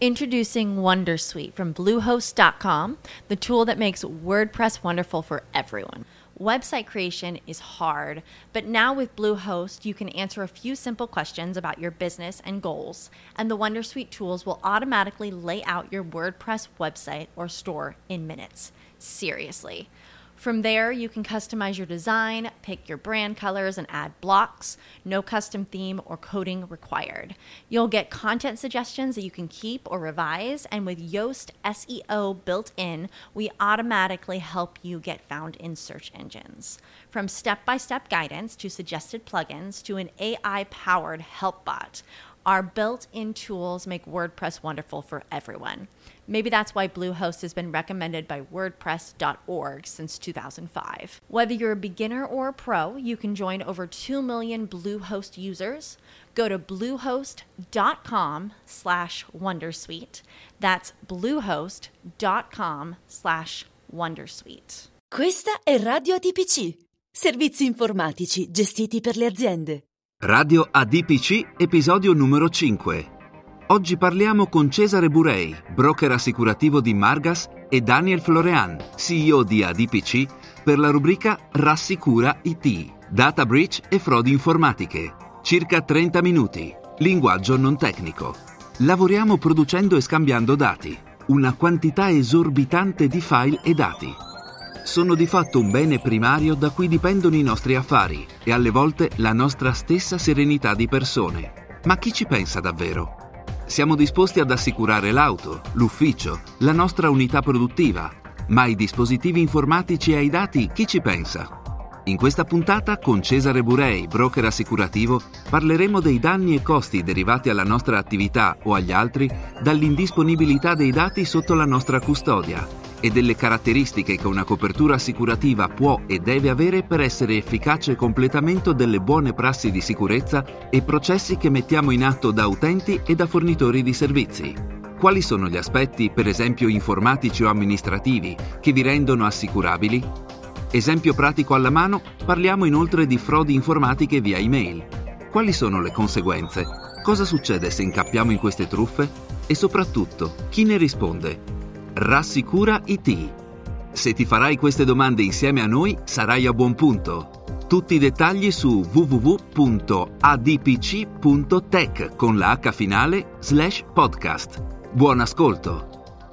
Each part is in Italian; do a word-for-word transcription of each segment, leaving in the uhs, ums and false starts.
Introducing Wondersuite from Bluehost dot com, the tool that makes WordPress wonderful for everyone. Website creation is hard, but now with Bluehost, you can answer a few simple questions about your business and goals, and the Wondersuite tools will automatically lay out your WordPress website or store in minutes. Seriously. From there, you can customize your design, pick your brand colors, and add blocks. No custom theme or coding required. You'll get content suggestions that you can keep or revise, and with Yoast S E O built in, we automatically help you get found in search engines. From step-by-step guidance to suggested plugins to an A I-powered help bot, our built-in tools make WordPress wonderful for everyone. Maybe that's why Bluehost has been recommended by WordPress dot org since two thousand five. Whether you're a beginner or a pro, you can join over two million Bluehost users. Go to bluehost dot com slash wondersuite. That's bluehost dot com slash wondersuite. Questa è Radio A D P C, servizi informatici gestiti per le aziende. Radio A D P C, episodio numero cinque. Oggi parliamo con Cesare Burei, broker assicurativo di Margas, e Daniel Florean, C E O di A D P C, per la rubrica Rassicura I T, Data Breach e Frodi Informatiche. Circa trenta minuti, linguaggio non tecnico. Lavoriamo producendo e scambiando dati, una quantità esorbitante di file e dati. Sono di fatto un bene primario da cui dipendono i nostri affari e alle volte la nostra stessa serenità di persone. Ma chi ci pensa davvero? Siamo disposti ad assicurare l'auto, l'ufficio, la nostra unità produttiva, ma ai dispositivi informatici e ai dati chi ci pensa? In questa puntata con Cesare Burei, broker assicurativo, parleremo dei danni e costi derivati alla nostra attività o agli altri dall'indisponibilità dei dati sotto la nostra custodia e delle caratteristiche che una copertura assicurativa può e deve avere per essere efficace completamento delle buone prassi di sicurezza e processi che mettiamo in atto da utenti e da fornitori di servizi. Quali sono gli aspetti, per esempio informatici o amministrativi, che vi rendono assicurabili? Esempio pratico alla mano, parliamo inoltre di frodi informatiche via email. Quali sono le conseguenze? Cosa succede se incappiamo in queste truffe? E soprattutto, chi ne risponde? Rassicura I T. Se ti farai queste domande insieme a noi, sarai a buon punto. Tutti i dettagli su w w w punto a d p c punto tech con la H finale slash podcast. Buon ascolto.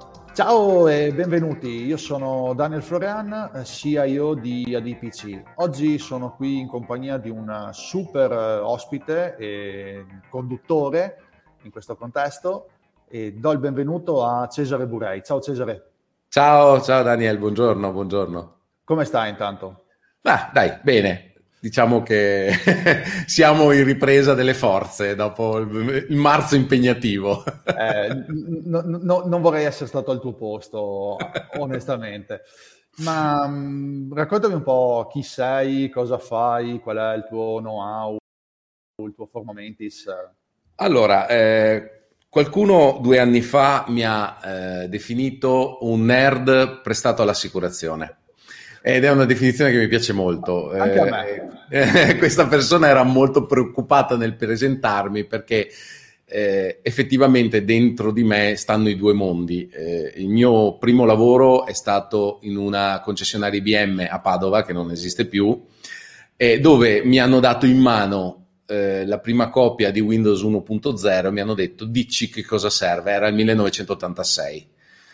Ciao e benvenuti, io sono Daniel Florean, C I O di A D P C. Oggi sono qui in compagnia di un super ospite e conduttore in questo contesto e do il benvenuto a Cesare Burei. Ciao Cesare. Ciao, ciao Daniel, buongiorno, buongiorno. Come stai intanto? Ah, dai, bene. Diciamo che siamo in ripresa delle forze dopo il, il marzo impegnativo. Eh, no, no, non vorrei essere stato al tuo posto, onestamente. Ma mh, raccontami un po' chi sei, cosa fai, qual è il tuo know-how, il tuo forma mentis. Allora, eh, qualcuno due anni fa mi ha eh, definito un nerd prestato all'assicurazione. Ed è una definizione che mi piace molto. Anche a me. Eh, questa persona era molto preoccupata nel presentarmi perché eh, effettivamente dentro di me stanno i due mondi. Eh, il mio primo lavoro è stato in una concessionaria I B M a Padova, che non esiste più, eh, dove mi hanno dato in mano eh, la prima copia di Windows uno punto zero e mi hanno detto dici che cosa serve. Era il millenovecentottantasei.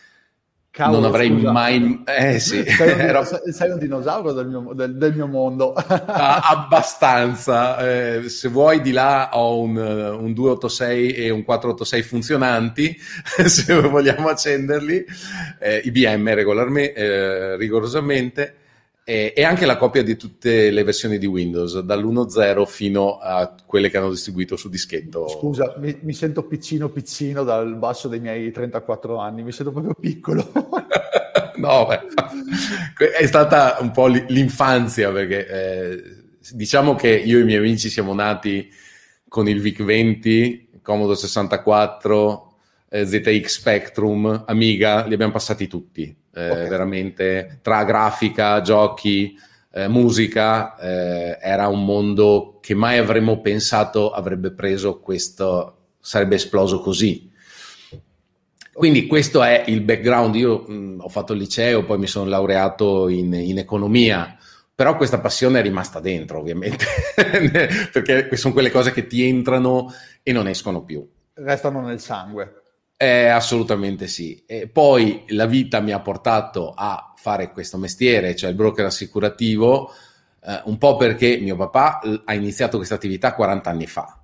Cavolo, non avrei scusa. mai... Eh sì. Sei un, Era... sei un dinosauro del mio, del, del mio mondo. Ah, abbastanza. Eh, se vuoi di là ho un, un duecentoottantasei e un quattrocentottantasei funzionanti, se vogliamo accenderli, eh, I B M regolarmente, eh, rigorosamente, eh, e anche la copia di tutte le versioni di Windows, dall'uno punto zero fino a quelle che hanno distribuito su dischetto. Scusa, mi, mi sento piccino piccino dal basso dei miei trentaquattro anni, mi sento proprio piccolo. No, beh, è stata un po' l'infanzia, perché eh, diciamo che io e i miei amici siamo nati con il VIC venti, Commodore sessantaquattro, eh, Z X Spectrum, Amiga, li abbiamo passati tutti. Eh, okay. Veramente, tra grafica, giochi, eh, musica, eh, era un mondo che mai avremmo pensato avrebbe preso questo, sarebbe esploso così. Quindi questo è il background. Io mh, ho fatto il liceo, poi mi sono laureato in, in economia, però questa passione è rimasta dentro, ovviamente, perché sono quelle cose che ti entrano e non escono più. Restano nel sangue. Eh, assolutamente sì. E poi la vita mi ha portato a fare questo mestiere, cioè il broker assicurativo, eh, un po' perché mio papà ha iniziato questa attività quaranta anni fa.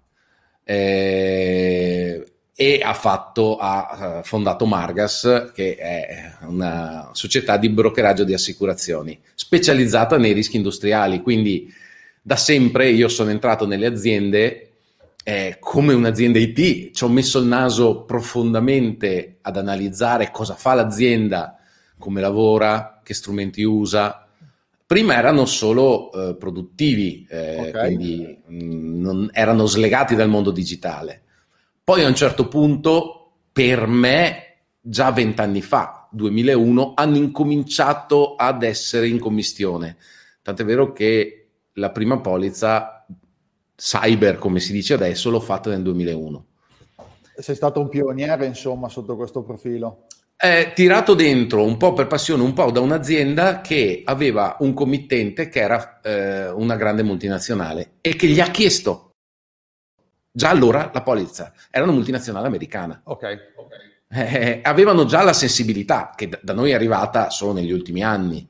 Eh, e ha fatto ha fondato Margas, che è una società di brokeraggio di assicurazioni specializzata nei rischi industriali. Quindi da sempre io sono entrato nelle aziende eh, come un'azienda I T, ci ho messo il naso profondamente ad analizzare cosa fa l'azienda, come lavora, che strumenti usa. Prima erano solo eh, produttivi, eh, Okay. quindi mh, non, erano slegati dal mondo digitale. Poi a un certo punto, per me, già vent'anni fa, duemilauno, hanno incominciato ad essere in commistione. Tant'è vero che la prima polizza cyber, come si dice adesso, l'ho fatta nel duemilauno. Sei stato un pioniere, insomma, sotto questo profilo. È tirato dentro un po' per passione, un po' da un'azienda che aveva un committente che era eh, una grande multinazionale e che gli ha chiesto già allora la polizza. Era una multinazionale americana. Ok. Eh, avevano già la sensibilità che da, da noi è arrivata solo negli ultimi anni.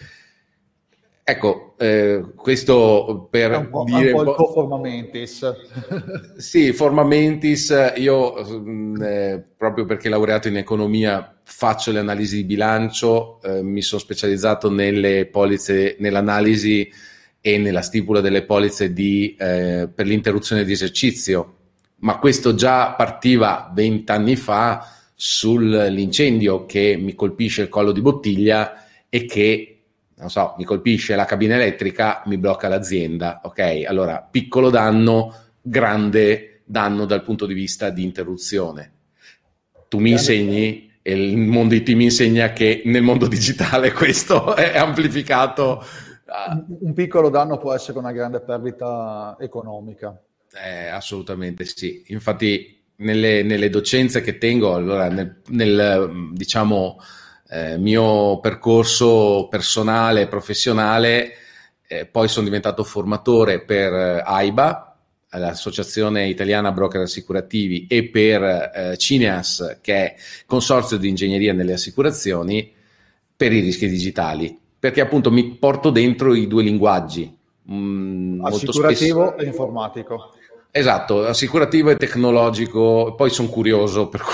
Ecco, eh, questo per È un po', dire un po' un il po'... tuo forma mentis. Sì, forma mentis. Io mh, eh, proprio perché laureato in economia faccio le analisi di bilancio, eh, mi sono specializzato nelle polizze, nell'analisi e nella stipula delle polizze di, eh, per l'interruzione di esercizio, ma questo già partiva vent'anni fa sull'incendio che mi colpisce il collo di bottiglia e che non so, mi colpisce la cabina elettrica, mi blocca l'azienda, ok? Allora, piccolo danno, grande danno dal punto di vista di interruzione. Tu mi insegni, e il mondo I T mi insegna che nel mondo digitale questo è amplificato. Un, un piccolo danno può essere una grande perdita economica. Eh, assolutamente sì. Infatti, nelle, nelle docenze che tengo, allora, nel, nel diciamo... Eh, mio percorso personale e professionale, eh, poi sono diventato formatore per eh, AIBA, l'Associazione Italiana Broker Assicurativi, e per eh, Cineas, che è Consorzio di Ingegneria nelle Assicurazioni, per i rischi digitali, perché appunto mi porto dentro i due linguaggi. Mm, Assicurativo molto spesso... e informatico. Esatto, assicurativo e tecnologico, poi sono curioso, per cui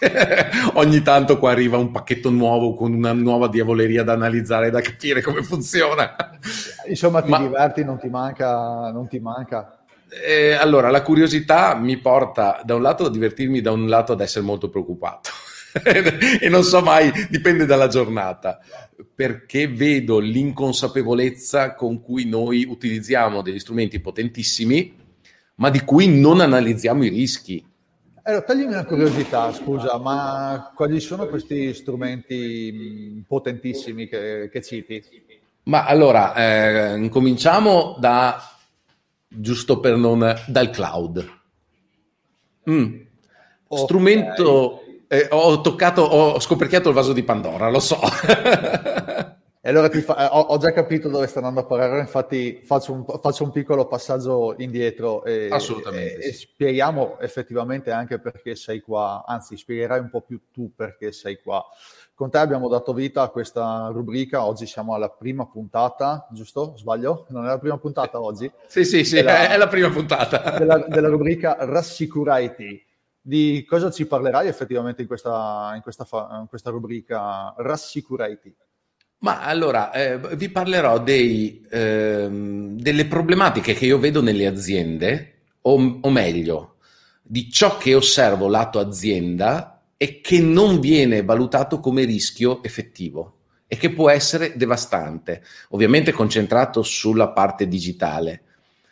ogni tanto qua arriva un pacchetto nuovo con una nuova diavoleria da analizzare, da capire come funziona. Insomma, ti Ma, diverti, non ti manca, non ti manca. Eh, allora, la curiosità mi porta da un lato a divertirmi, da un lato ad essere molto preoccupato. E non so mai, dipende dalla giornata, perché vedo l'inconsapevolezza con cui noi utilizziamo degli strumenti potentissimi, ma di cui non analizziamo i rischi. Allora, toglimi una curiosità, scusa, ma quali sono questi strumenti potentissimi che, che citi? Ma allora, eh, incominciamo da, giusto per non, dal cloud. Mm. Okay. Strumento, eh, ho toccato, ho scoperchiato il vaso di Pandora, lo so. E allora ti fa, ho, ho già capito dove sta andando a parare, infatti faccio un, faccio un piccolo passaggio indietro e, Assolutamente e, e sì. spieghiamo effettivamente anche perché sei qua, anzi spiegherai un po' più tu perché sei qua. Con te abbiamo dato vita a questa rubrica, oggi siamo alla prima puntata, giusto? Sbaglio? Non è la prima puntata oggi? Sì, sì, sì, della, è la prima puntata. Della, della rubrica Rassicura I T. Di cosa ci parlerai effettivamente in questa, in questa, in questa rubrica Rassicura I T? Ma allora, eh, vi parlerò dei, ehm, delle problematiche che io vedo nelle aziende, o, o meglio, di ciò che osservo lato azienda e che non viene valutato come rischio effettivo e che può essere devastante, ovviamente concentrato sulla parte digitale.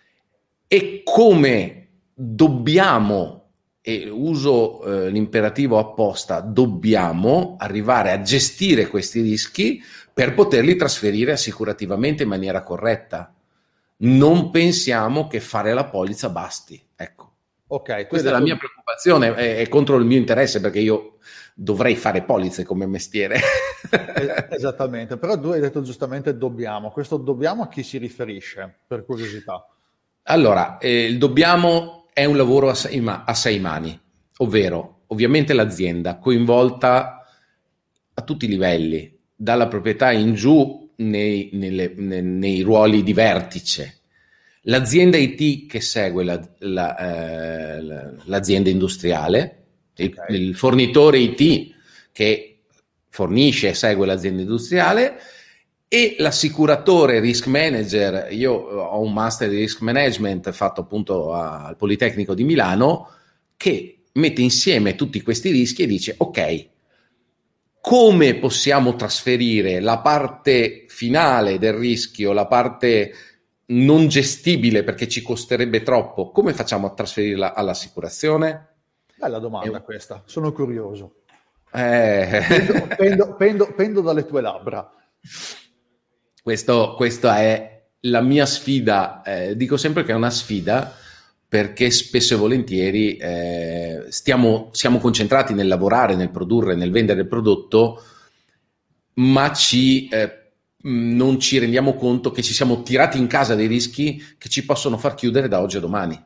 E come dobbiamo, e uso eh, l'imperativo apposta, dobbiamo arrivare a gestire questi rischi per poterli trasferire assicurativamente in maniera corretta. Non pensiamo che fare la polizza basti, ecco. Ok, questa è la mia preoccupazione, è, è contro il mio interesse, perché io dovrei fare polizze come mestiere. Esattamente, però tu hai detto giustamente dobbiamo. Questo dobbiamo a chi si riferisce, per curiosità? Allora, eh, il dobbiamo è un lavoro a sei, ma- a sei mani, ovvero ovviamente l'azienda coinvolta a tutti i livelli, dalla proprietà in giù nei, nelle- ne- nei ruoli di vertice, l'azienda I T che segue la- la, eh, la- l'azienda industriale, il, Ok. il fornitore I T che fornisce e segue l'azienda industriale, e l'assicuratore risk manager. Io ho un master di risk management fatto appunto al Politecnico di Milano, che mette insieme tutti questi rischi e dice: ok, come possiamo trasferire la parte finale del rischio, la parte non gestibile perché ci costerebbe troppo, come facciamo a trasferirla all'assicurazione? Bella domanda un... questa, sono curioso. eh... Pendo, pendo, pendo, pendo dalle tue labbra. Questo, questa è la mia sfida, eh, dico sempre che è una sfida, perché spesso e volentieri eh, stiamo, siamo concentrati nel lavorare, nel produrre, nel vendere il prodotto, ma ci, eh, non ci rendiamo conto che ci siamo tirati in casa dei rischi che ci possono far chiudere da oggi a domani.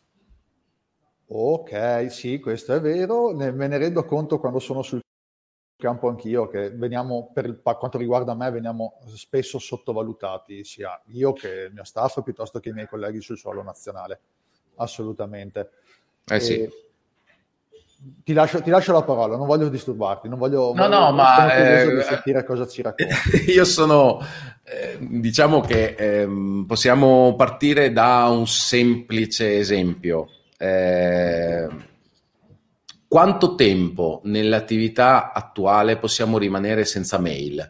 Ok, sì, questo è vero. Ne- me ne rendo conto quando sono sul campo anch'io, che veniamo, per quanto riguarda me, veniamo spesso sottovalutati, sia io che il mio staff, piuttosto che i miei colleghi sul suolo nazionale. Assolutamente. Eh sì. E ti lascio, ti lascio la parola, non voglio disturbarti, non voglio, No, no, sono ma curioso di eh, sentire cosa ci racconti. io sono, eh, diciamo che ehm, possiamo partire da un semplice esempio. Eh, quanto tempo nell'attività attuale possiamo rimanere senza mail?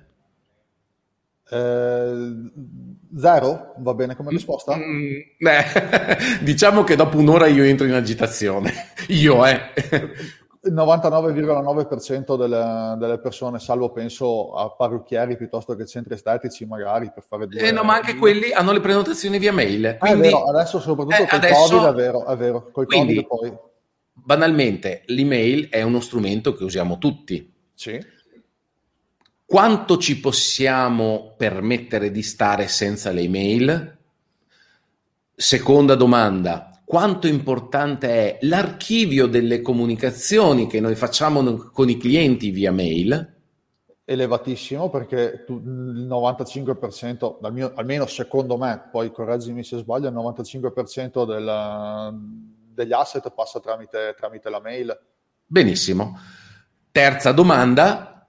Eh, zero? Va bene come risposta? Mm, beh, diciamo che dopo un'ora io entro in agitazione. Io, eh. Il novantanove virgola nove per cento delle, delle persone, salvo penso a parrucchieri piuttosto che centri estetici, magari per fare Eh, no, ma due... anche quelli hanno le prenotazioni via mail, Ah, è vero, quindi adesso eh, soprattutto col Covid, è adesso, vero, è vero, col Covid quindi poi... banalmente l'email è uno strumento che usiamo tutti. Sì. Quanto ci possiamo permettere di stare senza le email? Seconda domanda: quanto importante è l'archivio delle comunicazioni che noi facciamo con i clienti via mail? Elevatissimo perché tu, il novantacinque per cento, dal mio, almeno secondo me, poi correggimi se sbaglio, il novantacinque per cento della, degli asset passa tramite, tramite la mail. Benissimo. Terza domanda: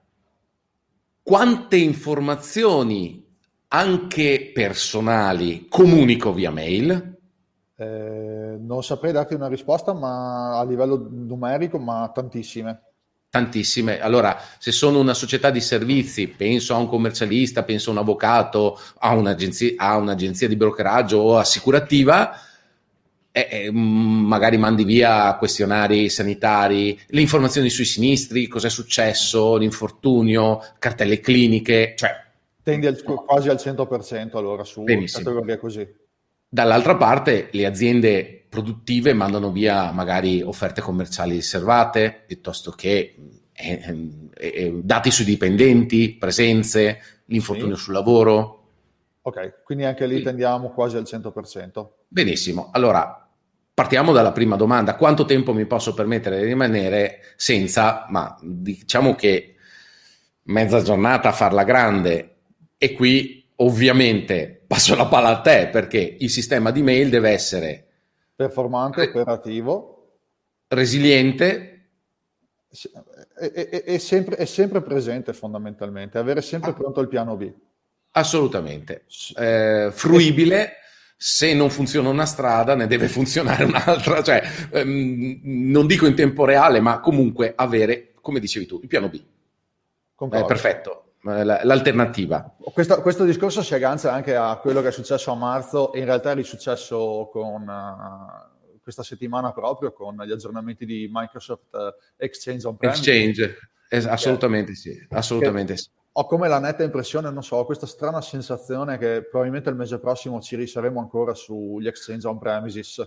quante informazioni, anche personali, comunico via mail? Eh, non saprei darti una risposta, ma a livello numerico, ma tantissime. Tantissime. Allora, se sono una società di servizi, penso a un commercialista, penso a un avvocato, a un'agenzia, a un'agenzia di brokeraggio o assicurativa, eh, eh, magari mandi via questionari sanitari, le informazioni sui sinistri, cosa è successo, l'infortunio, cartelle cliniche, cioè... Tendi al- quasi al cento per cento allora su Benissimo. categorie così. Dall'altra parte, le aziende produttive mandano via magari offerte commerciali riservate, piuttosto che eh, eh, dati sui dipendenti, presenze, l'infortunio Sì. sul lavoro. Ok, quindi anche lì tendiamo quasi al cento per cento. Benissimo, allora partiamo dalla prima domanda: quanto tempo mi posso permettere di rimanere senza, ma diciamo che mezza giornata a farla grande. E qui ovviamente passo la palla a te, perché il sistema di mail deve essere Performante, re- operativo, resiliente. è, è- è sempre, è sempre presente fondamentalmente, avere sempre pronto il piano B. Assolutamente. S- Eh, e- fruibile. Se non funziona una strada, ne deve funzionare un'altra, cioè ehm, non dico in tempo reale, ma comunque avere, come dicevi tu, il piano B. È Concordo. perfetto, eh, l- l'alternativa. Questo, questo discorso si aggancia anche a quello che è successo a marzo e in realtà è risuccesso con eh, questa settimana proprio con gli aggiornamenti di Microsoft eh, Exchange on-premise. Exchange, es- assolutamente sì, assolutamente Che sì. ho come la netta impressione, non so, ho questa strana sensazione che probabilmente il mese prossimo ci riseremo ancora sugli Exchange on-premises.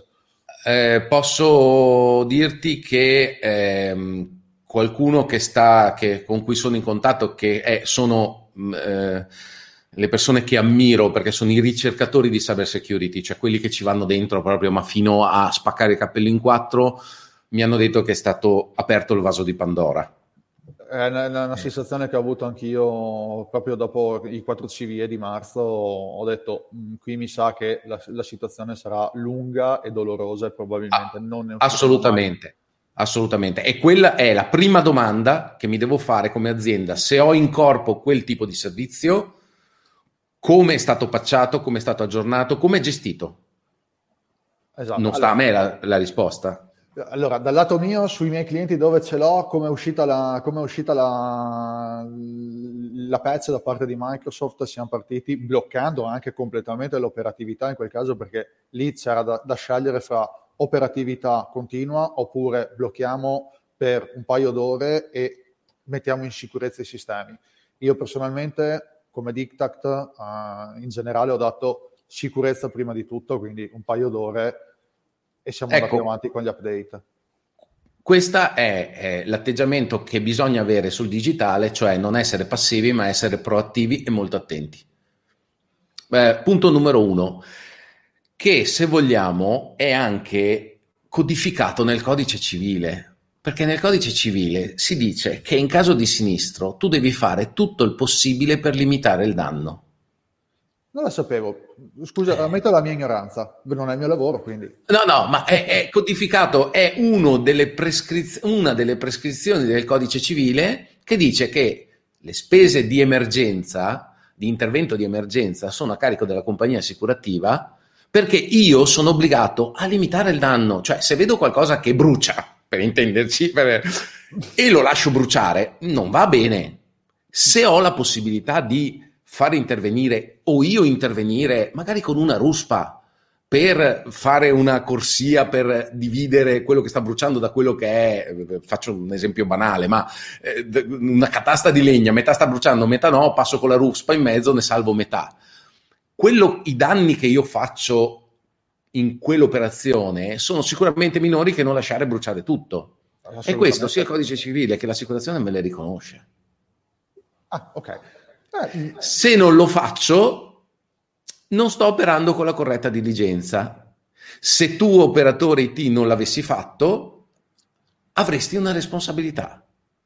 Eh, posso dirti che ehm, qualcuno che sta, che, con cui sono in contatto, che è, sono eh, le persone che ammiro, perché sono i ricercatori di cyber security, cioè quelli che ci vanno dentro proprio, ma fino a spaccare i capelli in quattro, mi hanno detto che è stato aperto il vaso di Pandora. È una, una sensazione che ho avuto anch'io proprio dopo i quattro C V E di marzo. Ho detto, qui mi sa che la, la situazione sarà lunga e dolorosa e probabilmente ah, non ne usciremo assolutamente, mai. Assolutamente. E quella è la prima domanda che mi devo fare come azienda. Se ho in corpo quel tipo di servizio, come è stato patchato, come è stato aggiornato, come è gestito? Esatto. Non sta allora, a me la, la risposta. Allora, dal lato mio, sui miei clienti dove ce l'ho, come è uscita la, come è uscita la, la patch da parte di Microsoft, siamo partiti bloccando anche completamente l'operatività in quel caso, perché lì c'era da, da scegliere fra operatività continua oppure blocchiamo per un paio d'ore e mettiamo in sicurezza i sistemi. Io personalmente, come diktat, uh, in generale ho dato sicurezza prima di tutto, quindi un paio d'ore e siamo ecco, andati avanti con gli update. Questo è, è l'atteggiamento che bisogna avere sul digitale, cioè non essere passivi ma essere proattivi e molto attenti. Eh, punto numero uno, che se vogliamo è anche codificato nel codice civile, perché nel codice civile si dice che in caso di sinistro tu devi fare tutto il possibile per limitare il danno. Non la sapevo, scusa, ammetto la mia ignoranza, non è il mio lavoro, quindi... No, no, ma è, è codificato, è uno delle prescriz- una delle prescrizioni del codice civile che dice che le spese di emergenza, di intervento di emergenza, sono a carico della compagnia assicurativa, perché io sono obbligato a limitare il danno, cioè se vedo qualcosa che brucia, per intenderci, per... e lo lascio bruciare, non va bene. Se ho la possibilità di fare intervenire o io intervenire magari con una ruspa per fare una corsia per dividere quello che sta bruciando da quello che è, faccio un esempio banale, ma eh, una catasta di legna, metà sta bruciando, metà no, passo con la ruspa in mezzo, ne salvo metà. Quello, i danni che io faccio in quell'operazione sono sicuramente minori che non lasciare bruciare tutto. E questo sia il codice civile che l'assicurazione me le riconosce. Ah, ok. Eh, se non lo faccio, non sto operando con la corretta diligenza. Se tu, operatore I T, non l'avessi fatto, avresti una responsabilità.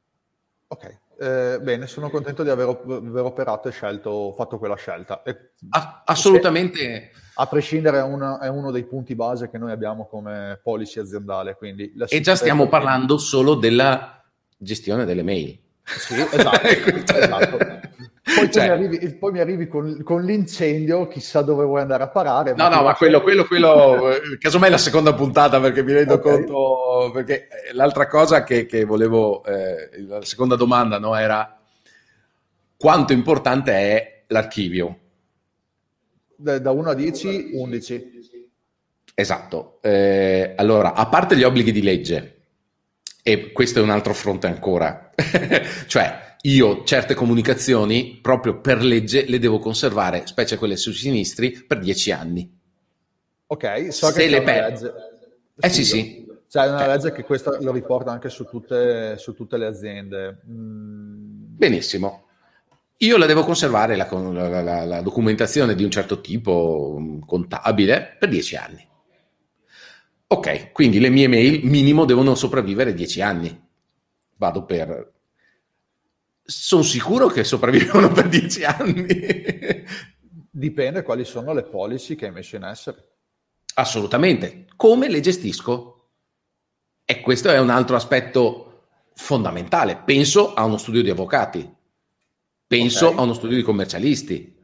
Ok, eh, bene, sono contento di aver, aver operato e scelto, fatto quella scelta. E, A- assolutamente. A prescindere, è, una, è uno dei punti base che noi abbiamo come policy aziendale. Quindi e già stiamo parlando solo della gestione delle mail. Sì, esatto. esatto. Poi, cioè, mi arrivi, poi mi arrivi con, con l'incendio, chissà dove vuoi andare a parare. No, no, ma quello, quello, quello casomai è la seconda puntata, perché mi rendo okay. conto, perché l'altra cosa che, che volevo, eh, la seconda domanda, no, era quanto importante è l'archivio? Da uno a dieci, undici. Esatto. Eh, allora, a parte gli obblighi di legge, e questo è un altro fronte ancora, cioè io certe comunicazioni proprio per legge le devo conservare, specie quelle sui sinistri, per dieci anni. Ok, so Se che le c'è per... una legge. Eh sì, sì. C'è una legge che questo lo riporta anche su tutte, su tutte le aziende. Mm. Benissimo. Io la devo conservare, la, la, la, la documentazione di un certo tipo, contabile, per dieci anni. Ok, quindi le mie mail minimo devono sopravvivere dieci anni. Vado per... Sono sicuro che sopravvivono per dieci anni. Dipende quali sono le policy che hai messo in essere. Assolutamente. Come le gestisco? E questo è un altro aspetto fondamentale. Penso a uno studio di avvocati. Penso okay. a uno studio di commercialisti.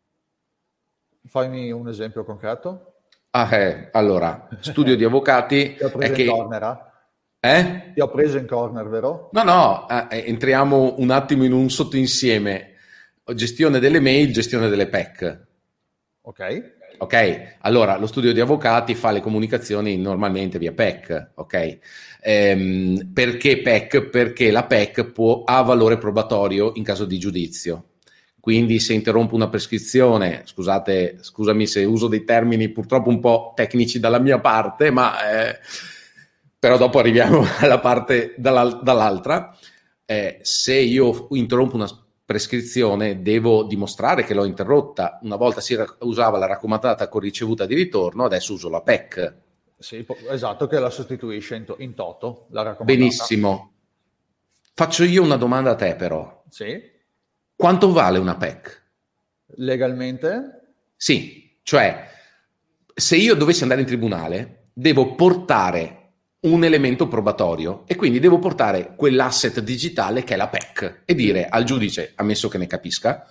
Fammi un esempio concreto. Ah, eh, allora, studio di avvocati... Ti ho preso è in che... corner, eh? Eh? Ti ho preso in corner, vero? No, no, eh, entriamo un attimo in un sottoinsieme. Gestione delle mail, gestione delle P E C. Ok. Ok, allora lo studio di avvocati fa le comunicazioni normalmente via P E C, ok? Ehm, perché P E C? Perché la P E C può, ha valore probatorio in caso di giudizio. Quindi se interrompo una prescrizione, scusate, scusami se uso dei termini purtroppo un po' tecnici dalla mia parte, ma eh, però dopo arriviamo alla parte dall'al- dall'altra. Eh, se io interrompo una prescrizione devo dimostrare che l'ho interrotta. Una volta si ra- usava la raccomandata con ricevuta di ritorno, adesso uso la P E C. Sì, po- esatto, che la sostituisce in, to- in toto, la raccomandata. Benissimo. Faccio io una domanda a te però. Sì. Quanto vale una P E C? Legalmente? Sì, cioè se io dovessi andare in tribunale devo portare un elemento probatorio e quindi devo portare quell'asset digitale che è la P E C e dire al giudice, ammesso che ne capisca,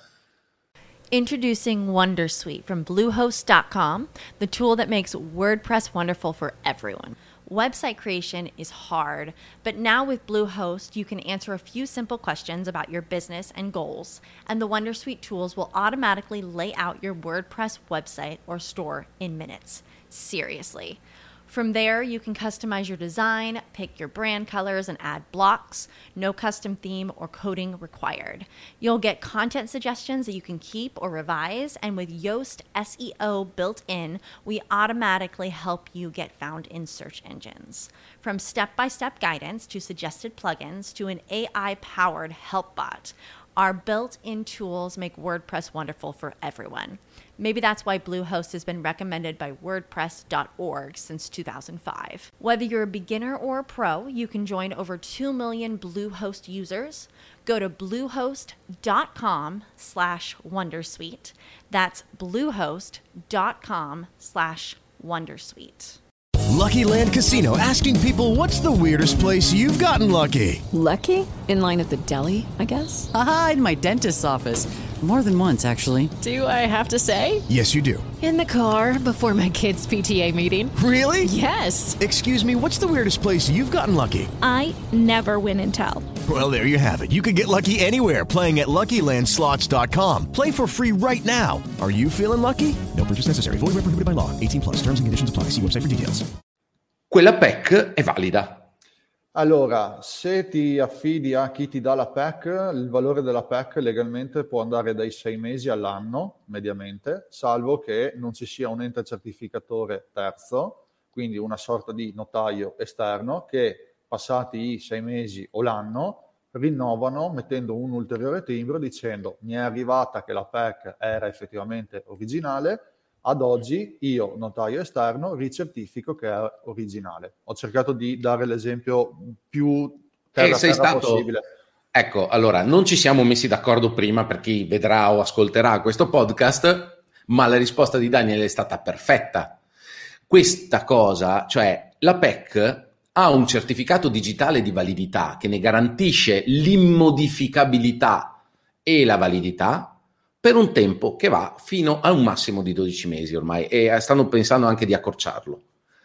Introducing Wondersuite from Bluehost dot com, the tool that makes WordPress wonderful for everyone. Website creation is hard, but now with Bluehost, you can answer a few simple questions about your business and goals, and the Wondersuite tools will automatically lay out your WordPress website or store in minutes. Seriously. From there, you can customize your design, pick your brand colors, and add blocks. No custom theme or coding required. You'll get content suggestions that you can keep or revise, and with Yoast S E O built in, we automatically help you get found in search engines. From step-by-step guidance to suggested plugins to an A I-powered help bot, our built-in tools make WordPress wonderful for everyone. Maybe that's why Bluehost has been recommended by WordPress dot org since two thousand five. Whether you're a beginner or a pro, you can join over two million Bluehost users. Go to bluehost.com slash wondersuite. That's bluehost.com slash wondersuite. Lucky Land Casino, asking people, what's the weirdest place you've gotten lucky? Lucky? In line at the deli, I guess? Aha, in my dentist's office. More than once, actually. Do I have to say? Yes, you do. In the car before my kids' P T A meeting. Really? Yes. Excuse me, what's the weirdest place you've gotten lucky? I never win and tell. Well, there you have it. You can get lucky anywhere, playing at Lucky Land Slots dot com. Play for free right now. Are you feeling lucky? No purchase necessary. Void where prohibited by law. eighteen plus. Terms and conditions apply. See website for details. Quella P E C è valida. Allora, se ti affidi a chi ti dà la P E C, il valore della P E C legalmente può andare dai sei mesi all'anno, mediamente, salvo che non ci sia un ente certificatore terzo, quindi una sorta di notaio esterno, che passati i sei mesi o l'anno rinnovano mettendo un ulteriore timbro dicendo mi è arrivata che la P E C era effettivamente originale, ad oggi io, notaio esterno, ricertifico che è originale. Ho cercato di dare l'esempio più terra, e sei terra stato... possibile. Ecco, allora, non ci siamo messi d'accordo prima per chi vedrà o ascolterà questo podcast, ma la risposta di Daniel è stata perfetta. Questa cosa, cioè la P E C ha un certificato digitale di validità che ne garantisce l'immodificabilità e la validità per un tempo che va fino a un massimo di dodici mesi ormai, e stanno pensando anche di accorciarlo.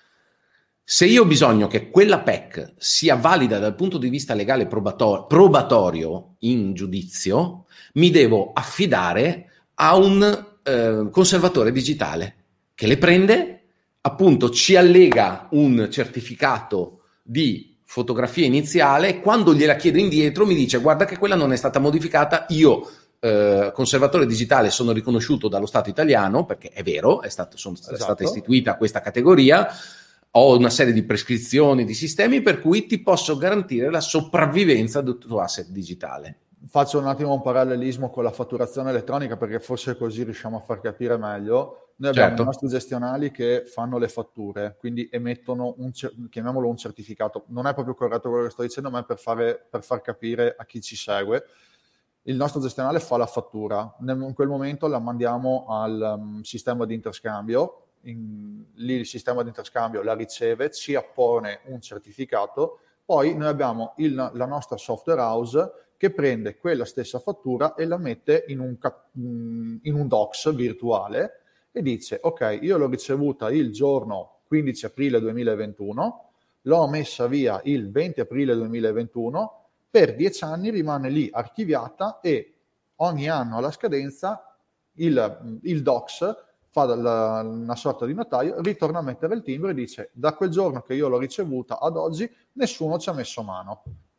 Se io ho bisogno che quella P E C sia valida dal punto di vista legale probator- probatorio in giudizio, mi devo affidare a un eh, conservatore digitale che le prende, appunto ci allega un certificato di fotografia iniziale, quando gliela chiedo indietro mi dice guarda che quella non è stata modificata, io eh, conservatore digitale sono riconosciuto dallo Stato italiano, perché è vero, è, stato, sono, esatto. è stata istituita questa categoria, ho una serie di prescrizioni, di sistemi per cui ti posso garantire la sopravvivenza del tuo asset digitale. Faccio un attimo un parallelismo con la fatturazione elettronica perché forse così riusciamo a far capire meglio. Noi abbiamo certo. i nostri gestionali che fanno le fatture, quindi emettono un, chiamiamolo un certificato. Non è proprio corretto quello che sto dicendo, ma è per, fare, per far capire a chi ci segue. Il nostro gestionale fa la fattura, in quel momento la mandiamo al um, sistema di interscambio, in, lì il sistema di interscambio la riceve, ci appone un certificato, poi noi abbiamo il, la nostra software house che prende quella stessa fattura e la mette in un, in un docs virtuale e dice ok, io l'ho ricevuta il giorno quindici aprile duemilaventuno, l'ho messa via il venti aprile duemilaventuno, per dieci anni rimane lì archiviata e ogni anno alla scadenza il, il docs fa la, una sorta di notaio, ritorna a mettere il timbro e dice da quel giorno che io l'ho ricevuta ad oggi nessuno ci ha messo mano.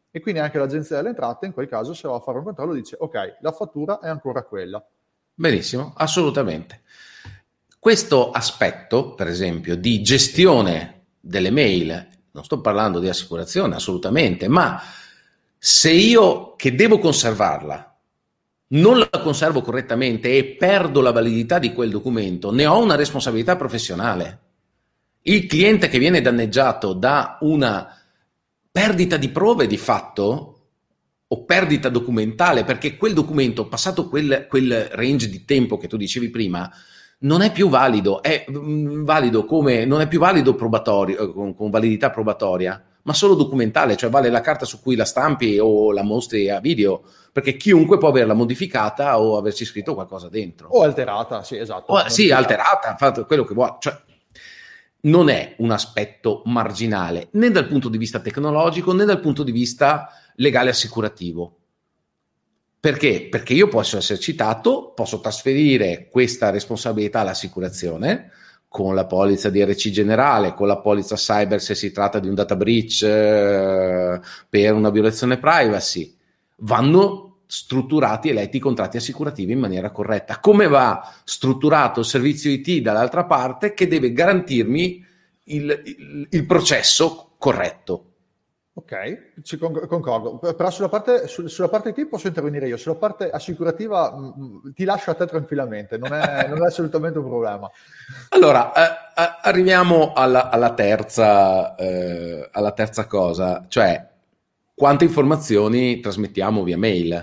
E quindi anche l'agenzia delle entrate in quel caso, se va a fare un controllo, dice ok, la fattura è ancora quella. Benissimo, assolutamente. Questo aspetto, per esempio, di gestione delle mail, non sto parlando di assicurazione assolutamente, ma se io che devo conservarla non la conservo correttamente e perdo la validità di quel documento, ne ho una responsabilità professionale. Il cliente che viene danneggiato da una perdita di prove di fatto o perdita documentale, perché quel documento, passato quel, quel range di tempo che tu dicevi prima, non è più valido, è mh, valido come non è più valido probatorio, con, con validità probatoria, ma solo documentale, cioè vale la carta su cui la stampi o la mostri a video, perché chiunque può averla modificata o averci scritto qualcosa dentro. O alterata, sì, esatto. O, sì, alterata, fatto quello che vuole. Cioè, non è un aspetto marginale, né dal punto di vista tecnologico, né dal punto di vista legale assicurativo. Perché? Perché io posso essere citato, posso trasferire questa responsabilità all'assicurazione, con la polizza di R C generale, con la polizza cyber se si tratta di un data breach eh, per una violazione privacy. Vanno strutturati e letti i contratti assicurativi in maniera corretta. Come va strutturato il servizio I T dall'altra parte che deve garantirmi il, il, il processo corretto. Ok, ci con- concordo, però sulla parte, su- sulla parte I T posso intervenire io, sulla parte assicurativa mh, ti lascio a te tranquillamente, non è, non è assolutamente un problema. Allora, eh, eh, arriviamo alla, alla, terza, eh, alla terza cosa, cioè quante informazioni trasmettiamo via mail,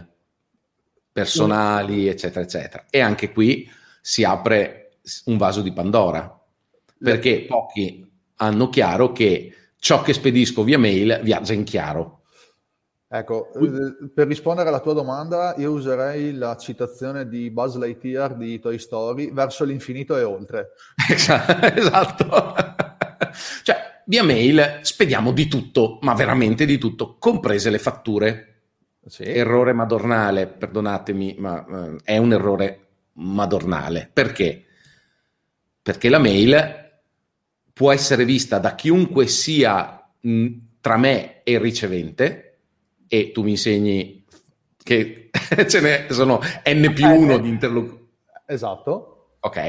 personali, eccetera, eccetera. E anche qui si apre un vaso di Pandora, perché pochi hanno chiaro che ciò che spedisco via mail viaggia in chiaro. Ecco, eh, per rispondere alla tua domanda, io userei la citazione di Buzz Lightyear di Toy Story, verso l'infinito e oltre. Esatto. Cioè, via mail spediamo di tutto, ma veramente di tutto, comprese le fatture. Sì. Errore madornale, perdonatemi, ma eh, è un errore madornale. Perché? Perché la mail può essere vista da chiunque sia mh, tra me e il ricevente, e tu mi insegni che ce ne sono n più uno di interlocutori. Esatto. Ok.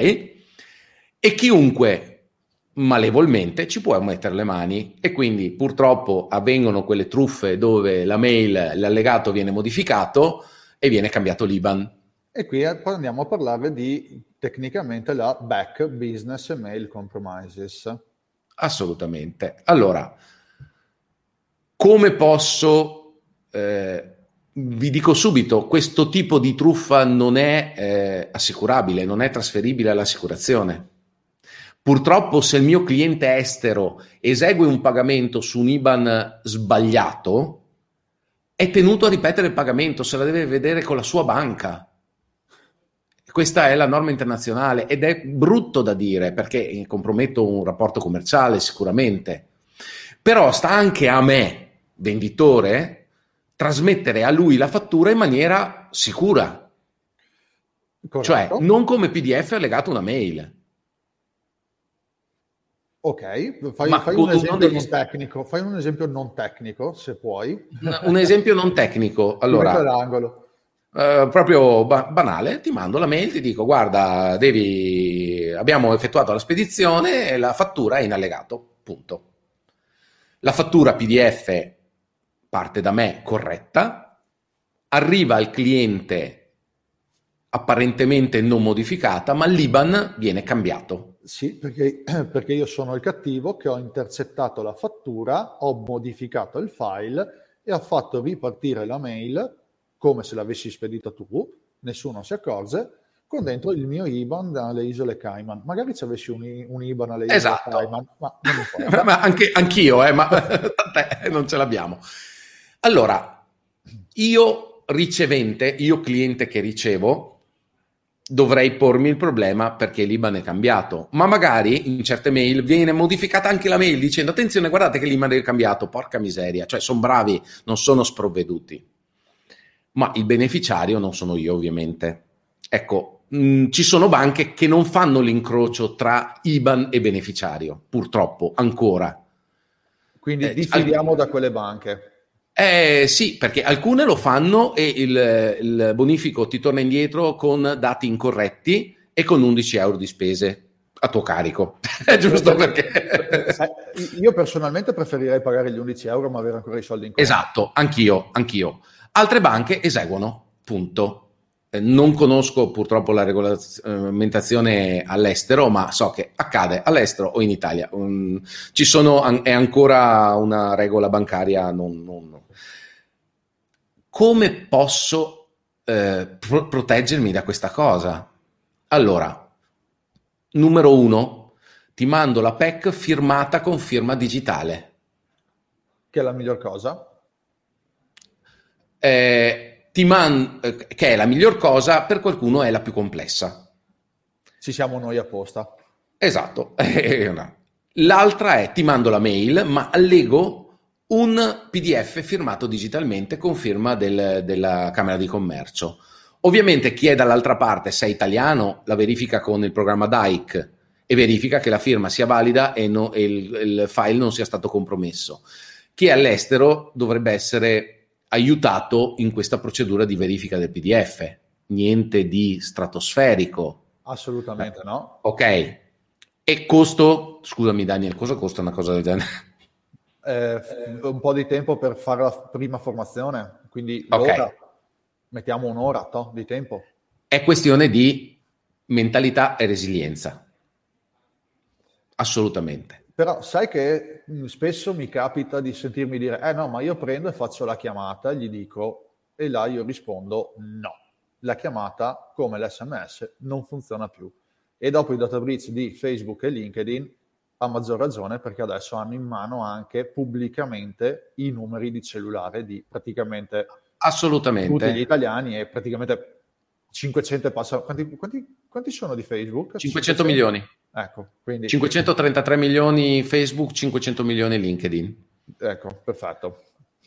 E chiunque malevolmente ci può mettere le mani, e quindi purtroppo avvengono quelle truffe dove la mail, l'allegato viene modificato e viene cambiato l'I B A N. E qui andiamo a parlare di tecnicamente la back business mail compromises. Assolutamente. Allora, come posso, eh, vi dico subito, questo tipo di truffa non è eh, assicurabile, non è trasferibile all'assicurazione. Purtroppo, se il mio cliente estero esegue un pagamento su un I B A N sbagliato, è tenuto a ripetere il pagamento, se la deve vedere con la sua banca. Questa è la norma internazionale ed è brutto da dire, perché comprometto un rapporto commerciale sicuramente. Però sta anche a me, venditore, trasmettere a lui la fattura in maniera sicura. Corretto. Cioè, non come P D F allegato a una mail. Ok, fai, fai un esempio degli... non tecnico, fai un esempio non tecnico, se puoi. Un esempio non tecnico, allora, l'angolo. Uh, proprio ba- banale, ti mando la mail, ti dico guarda, devi... abbiamo effettuato la spedizione e la fattura è in allegato, punto. La fattura P D F parte da me corretta, arriva al cliente apparentemente non modificata, ma l'I B A N viene cambiato. Sì, perché, perché io sono il cattivo che ho intercettato la fattura, ho modificato il file e ho fatto ripartire la mail come se l'avessi spedita tu, nessuno si accorge, con dentro il mio I B A N dalle isole Cayman. Magari ci avessi un, un I B A N alle isole esatto. Cayman, ma non importa. ma anche, anch'io, eh, ma tant'è, non ce l'abbiamo. Allora, io ricevente, io cliente che ricevo, dovrei pormi il problema perché l'I B A N è cambiato, ma magari in certe mail viene modificata anche la mail dicendo attenzione, guardate che l'I B A N è cambiato, porca miseria, cioè sono bravi, non sono sprovveduti. Ma il beneficiario non sono io, ovviamente. Ecco, mh, ci sono banche che non fanno l'incrocio tra I B A N e beneficiario, purtroppo, ancora. Quindi eh, diffidiamo al... da quelle banche. Eh, sì, perché alcune lo fanno e il, il bonifico ti torna indietro con dati incorretti e con undici euro di spese a tuo carico. È giusto perché... Io personalmente preferirei pagare gli undici euro ma avere ancora i soldi in conto. Esatto, anch'io, anch'io. Altre banche eseguono, punto. Eh, non conosco purtroppo la regolamentazione all'estero, ma so che accade all'estero o in Italia. Um, ci sono, è ancora una regola bancaria non... non Come posso eh, pro- proteggermi da questa cosa? Allora, numero uno, ti mando la P E C firmata con firma digitale. Che è la miglior cosa? Eh, ti man- eh, che è la miglior cosa, per qualcuno è la più complessa. Ci siamo noi apposta. Esatto. L'altra è ti mando la mail, ma allego un P D F firmato digitalmente con firma del, della Camera di Commercio. Ovviamente chi è dall'altra parte, se è italiano, la verifica con il programma D A I C e verifica che la firma sia valida e, no, e il, il file non sia stato compromesso. Chi è all'estero dovrebbe essere aiutato in questa procedura di verifica del P D F. Niente di stratosferico. Assolutamente no. Ok. E costo? Scusami Daniel, cosa costa una cosa del genere? Eh, un po' di tempo per fare la prima formazione, quindi okay. l'ora, mettiamo un'ora to, di tempo. È questione di mentalità e resilienza. Assolutamente. Però sai che spesso mi capita di sentirmi dire eh no, ma io prendo e faccio la chiamata, gli dico, e là io rispondo no. La chiamata, come l'esse emme esse, non funziona più. E dopo i data breach di Facebook e LinkedIn, a maggior ragione perché adesso hanno in mano anche pubblicamente i numeri di cellulare di praticamente assolutamente tutti gli italiani e praticamente cinquecento passa. Quanti, quanti, quanti sono di Facebook? cinquecento milioni. Ecco, quindi cinquecentotrentatré milioni Facebook, cinquecento milioni LinkedIn. Ecco, perfetto.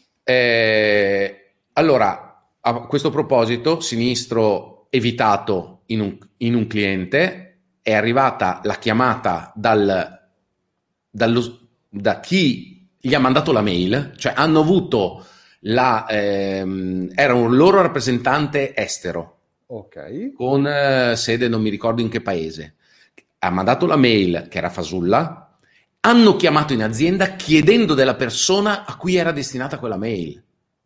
Eh, allora, a questo proposito, sinistro evitato in un, in un cliente, è arrivata la chiamata dal Dallo, da chi gli ha mandato la mail, cioè hanno avuto la ehm, era un loro rappresentante estero, ok, con eh, sede non mi ricordo in che paese, ha mandato la mail che era fasulla, hanno chiamato in azienda chiedendo della persona a cui era destinata quella mail.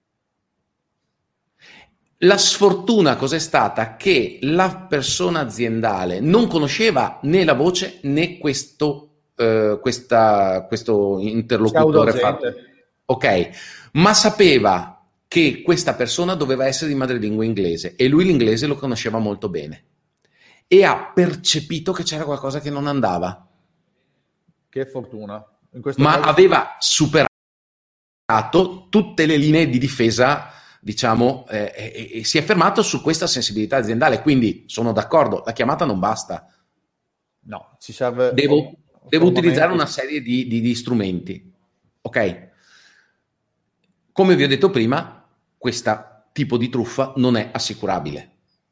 La sfortuna cos'è stata? Che la persona aziendale non conosceva né la voce né questo Uh, questa, questo interlocutore fatto. Ok, ma sapeva che questa persona doveva essere di madrelingua inglese e lui l'inglese lo conosceva molto bene e ha percepito che c'era qualcosa che non andava. Che fortuna. In questo ma caso... aveva superato tutte le linee di difesa, diciamo, eh, e, e si è fermato su questa sensibilità aziendale. Quindi sono d'accordo, la chiamata non basta. No, ci serve... Devo... Devo utilizzare una serie di, di, di strumenti, ok? Come vi ho detto prima, questo tipo di truffa non è assicurabile.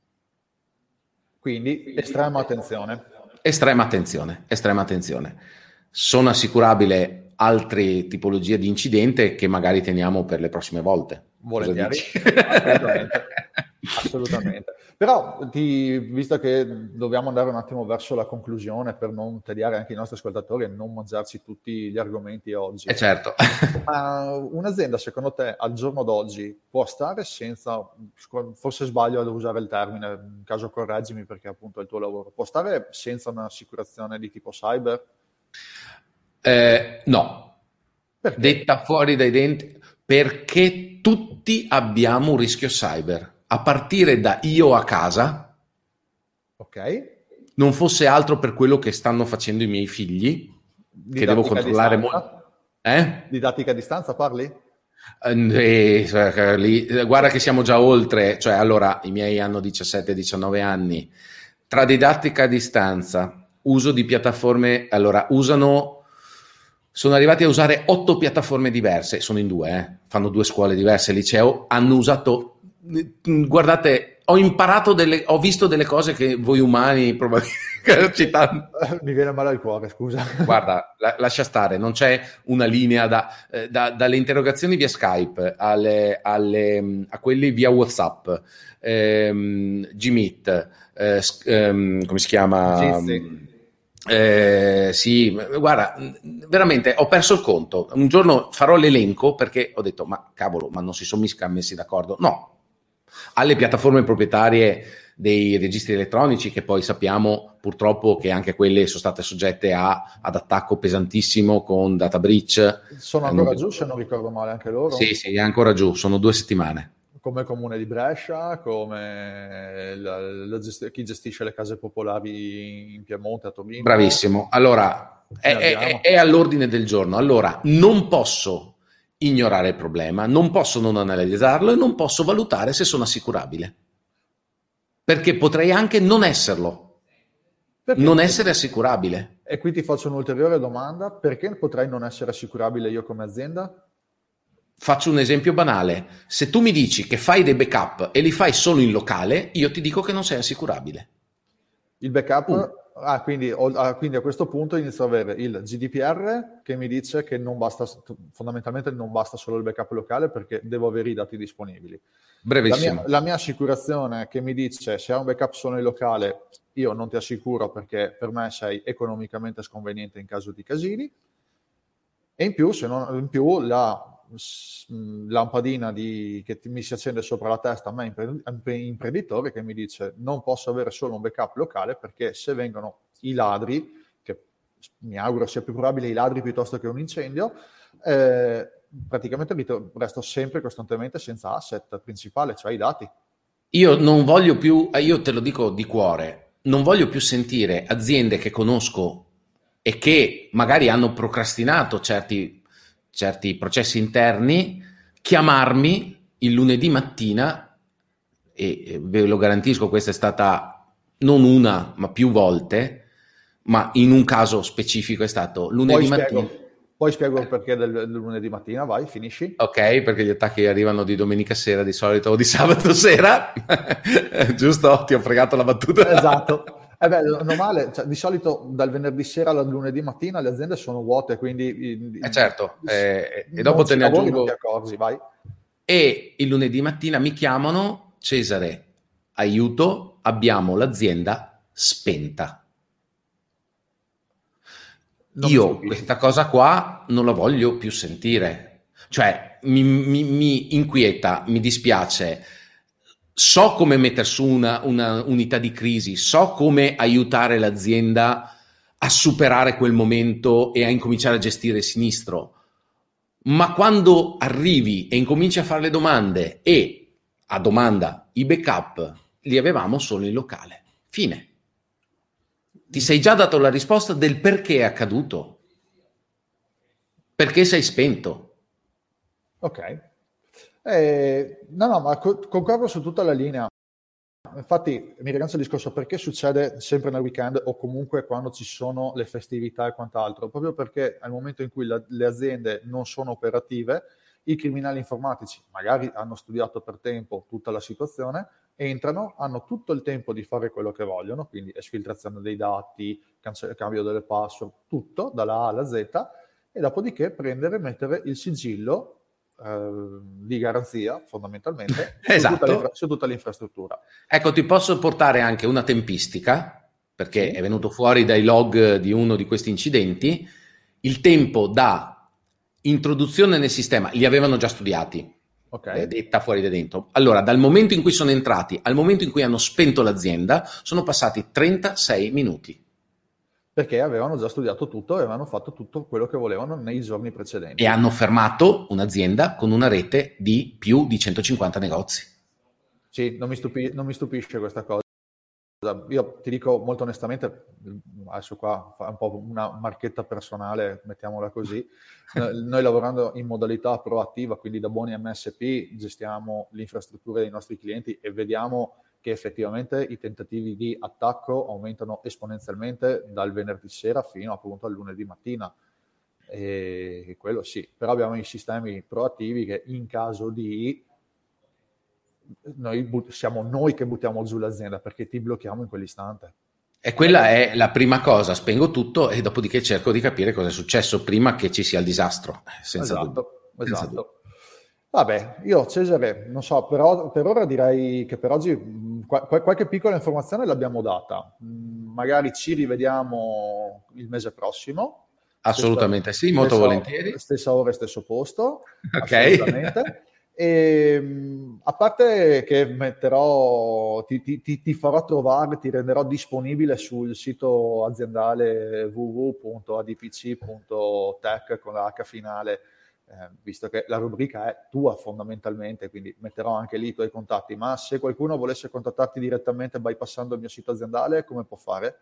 Quindi estrema attenzione. Estrema attenzione, estrema attenzione. Sono assicurabili altre tipologie di incidente che magari teniamo per le prossime volte. Volentieri. Assolutamente. Assolutamente. Però, ti, visto che dobbiamo andare un attimo verso la conclusione per non tediare anche i nostri ascoltatori e non mangiarci tutti gli argomenti oggi. Eh certo. Ma un'azienda, secondo te, al giorno d'oggi può stare senza, forse sbaglio ad usare il termine, in caso correggimi perché appunto è il tuo lavoro, può stare senza un'assicurazione di tipo cyber? Eh, no. Perché? Detta fuori dai denti, perché tutti abbiamo un rischio cyber. A partire da io a casa, ok, non fosse altro per quello che stanno facendo i miei figli, Didattica che devo controllare molto. Eh? Didattica a distanza parli? Eh, eh, lì, guarda che siamo già oltre, cioè allora i miei hanno diciassette diciannove anni. Tra didattica a distanza, uso di piattaforme, allora usano, sono arrivati a usare otto piattaforme diverse, sono in due, eh, fanno due scuole diverse, liceo, hanno usato. Guardate, ho imparato delle, ho visto delle cose che voi umani probabilmente Citando. Mi viene male al cuore, scusa. Guarda, la, lascia stare, non c'è una linea da, eh, da, dalle interrogazioni via Skype alle, alle, a quelli via WhatsApp, ehm, Gmeet, eh, ehm, come si chiama? Sì, Eh, sì, guarda, veramente ho perso il conto. Un giorno farò l'elenco perché ho detto, ma cavolo, ma non si sono mica messi d'accordo. No, alle piattaforme proprietarie dei registri elettronici, che poi sappiamo purtroppo che anche quelle sono state soggette a, ad attacco pesantissimo con data breach. Sono ancora giù, se non ricordo male, anche loro? Sì, sì, è ancora giù, sono due settimane. Come il comune di Brescia, come la, la gest- chi gestisce le case popolari in Piemonte, a Torino. Bravissimo. Allora, è, è, è all'ordine del giorno. Allora, non posso ignorare il problema, non posso non analizzarlo e non posso valutare se sono assicurabile. Perché potrei anche non esserlo, perché? Non essere assicurabile. E qui ti faccio un'ulteriore domanda: perché potrei non essere assicurabile io come azienda? Faccio un esempio banale: se tu mi dici che fai dei backup e li fai solo in locale, io ti dico che non sei assicurabile. Il backup, uh. ah, quindi, ah, quindi a questo punto inizio ad avere il G D P R che mi dice che non basta, fondamentalmente non basta solo il backup locale, perché devo avere i dati disponibili. Brevissimo. La mia, la mia assicurazione che mi dice: se hai un backup solo in locale, io non ti assicuro perché per me sei economicamente sconveniente in caso di casini. E in più, se non, in più la lampadina di, che mi si accende sopra la testa a me imprenditore, che mi dice: non posso avere solo un backup locale perché se vengono i ladri, che mi auguro sia più probabile i ladri piuttosto che un incendio, eh, praticamente resto sempre costantemente senza asset principale, cioè i dati. Io non voglio più, io te lo dico di cuore, non voglio più sentire aziende che conosco e che magari hanno procrastinato certi certi processi interni, chiamarmi il lunedì mattina, e ve lo garantisco, questa è stata non una, ma più volte, ma in un caso specifico è stato lunedì poi mattina. Spiego, poi spiego il perché del, del lunedì mattina, vai, finisci. Ok, perché gli attacchi arrivano di domenica sera di solito o di sabato sera, giusto? Ti ho fregato la battuta. Esatto. Eh beh, normale, cioè, di solito dal venerdì sera al lunedì mattina le aziende sono vuote, quindi... Eh certo, eh, e dopo te ne lavori, aggiungo... non ti accorgi, vai. E il lunedì mattina mi chiamano: Cesare, aiuto, abbiamo l'azienda spenta. Non Io questa cosa qua non la voglio più sentire, cioè mi, mi, mi inquieta, mi dispiace. So come mettere su una, una unità di crisi, so come aiutare l'azienda a superare quel momento e a incominciare a gestire il sinistro, ma quando arrivi e incominci a fare le domande e a domanda i backup li avevamo solo in locale, fine. Ti sei già dato la risposta del perché è accaduto, perché sei spento. Ok. Eh, no, no, ma co- concordo su tutta la linea. Infatti mi rilancio il discorso: perché succede sempre nel weekend o comunque quando ci sono le festività e quant'altro? Proprio perché al momento in cui la, le aziende non sono operative, i criminali informatici magari hanno studiato per tempo tutta la situazione, entrano, hanno tutto il tempo di fare quello che vogliono, quindi esfiltrazione dei dati, cance- cambio delle password, tutto dalla A alla Z, e dopodiché prendere e mettere il sigillo di garanzia fondamentalmente esatto. su, tutta l'infra- su tutta l'infrastruttura. Ecco, ti posso portare anche una tempistica, perché sì, è venuto fuori dai log di uno di questi incidenti. Il tempo da introduzione nel sistema li avevano già studiati, okay, detta fuori da dentro. Allora, dal momento in cui sono entrati al momento in cui hanno spento l'azienda sono passati trentasei minuti. Perché avevano già studiato tutto e avevano fatto tutto quello che volevano nei giorni precedenti. E hanno fermato un'azienda con una rete di più di centocinquanta negozi. Sì, non mi, stupi- non mi stupisce questa cosa. Io ti dico molto onestamente, adesso qua fa un po' una marchetta personale, mettiamola così, noi lavorando in modalità proattiva, quindi da buoni M S P, gestiamo l'infrastruttura dei nostri clienti e vediamo che effettivamente i tentativi di attacco aumentano esponenzialmente dal venerdì sera fino appunto al lunedì mattina. E quello sì, però abbiamo i sistemi proattivi che in caso di... Noi but- siamo noi che buttiamo giù l'azienda perché ti blocchiamo in quell'istante. E quella è la prima cosa, spengo tutto e dopodiché cerco di capire cosa è successo prima che ci sia il disastro. Senza esatto, dubbio. esatto. Senza dubbio. Vabbè, io Cesare, non so, però, per ora direi che per oggi mh, qual- qualche piccola informazione l'abbiamo data. Mh, magari ci rivediamo il mese prossimo. Assolutamente stessa, sì, molto stessa, volentieri. Stessa ora e stesso posto. Ok. Assolutamente. E, mh, a parte che metterò, ti, ti- ti- ti farò trovare, ti renderò disponibile sul sito aziendale w w w punto a d p c punto tech con la H finale. Eh, visto che la rubrica è tua fondamentalmente, quindi metterò anche lì i tuoi contatti, ma se qualcuno volesse contattarti direttamente bypassando il mio sito aziendale, come può fare?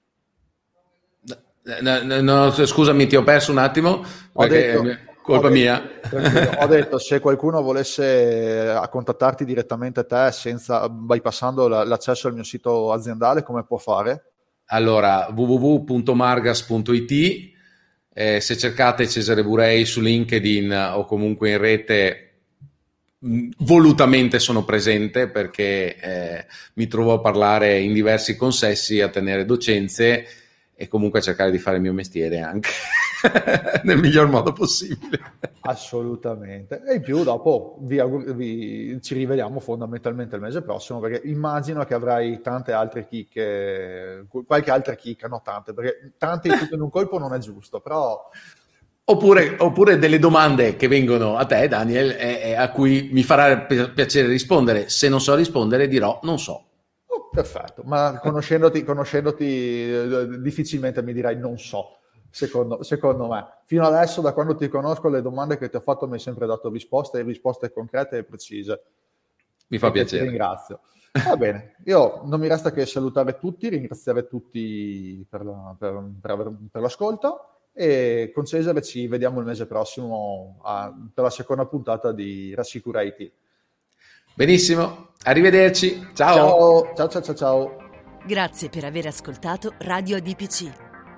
No, no, no, scusami, ti ho perso un attimo, Ho perché detto, è colpa ho detto, mia. tranquillo, ho detto, se qualcuno volesse a contattarti direttamente te senza bypassando la- l'accesso al mio sito aziendale, come può fare? Allora, w w w punto margas punto i t. Eh, se cercate Cesare Burei su LinkedIn o comunque in rete, mh, volutamente sono presente perché eh, mi trovo a parlare in diversi consessi, a tenere docenze e comunque a cercare di fare il mio mestiere anche nel miglior modo possibile. Assolutamente. E in più dopo vi augur- vi- ci rivediamo fondamentalmente il mese prossimo, perché immagino che avrai tante altre chicche, qualche altra chicca, no tante, perché tante tutto in un colpo non è giusto, però... Oppure, oppure delle domande che vengono a te, Daniel, e, e a cui mi farà pi- piacere rispondere. Se non so rispondere dirò non so. Oh, perfetto, ma conoscendoti, conoscendoti eh, difficilmente mi dirai non so. Secondo, secondo me, fino adesso, da quando ti conosco, le domande che ti ho fatto mi hai sempre dato risposte e risposte concrete e precise. Mi fa E piacere. Ti ringrazio. Va bene, io non mi resta che salutare tutti, ringraziare tutti per, la- per- per aver- per l'ascolto e con Cesare ci vediamo il mese prossimo a- per la seconda puntata di Rassicura I T. Benissimo, arrivederci. Ciao. Ciao, ciao, ciao, ciao, ciao. Grazie per aver ascoltato Radio A D P C.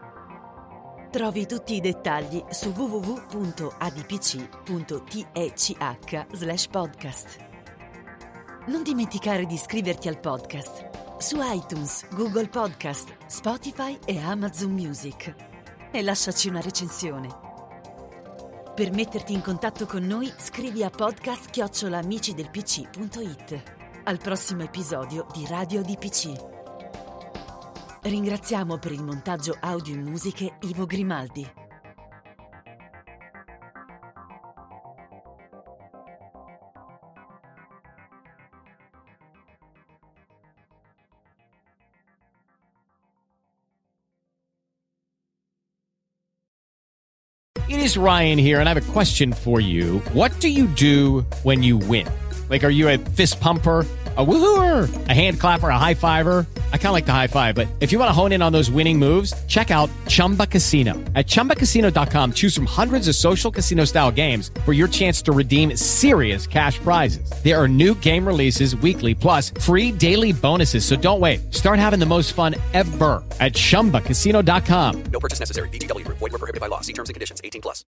Trovi tutti i dettagli su w w w punto a d p c punto t e c h slash podcast. Non dimenticare di iscriverti al podcast su iTunes, Google Podcast, Spotify e Amazon Music e lasciaci una recensione. Per metterti in contatto con noi, scrivi a podcast chiocciola amici del p c punto i t. Al prossimo episodio di Radio A D P C. Ringraziamo per il montaggio audio e musiche Ivo Grimaldi. It is Ryan here, and I have a question for you. What do you do when you win? Like, are you a fist pumper, a woohooer, a hand clapper, a high fiver? I kind of like the high five, but if you want to hone in on those winning moves, check out Chumba Casino. At chumba casino dot com, choose from hundreds of social casino style games for your chance to redeem serious cash prizes. There are new game releases weekly, plus free daily bonuses. So don't wait. Start having the most fun ever at chumba casino dot com. No purchase necessary. V G W Group. Void where prohibited by law. See terms and conditions. eighteen plus.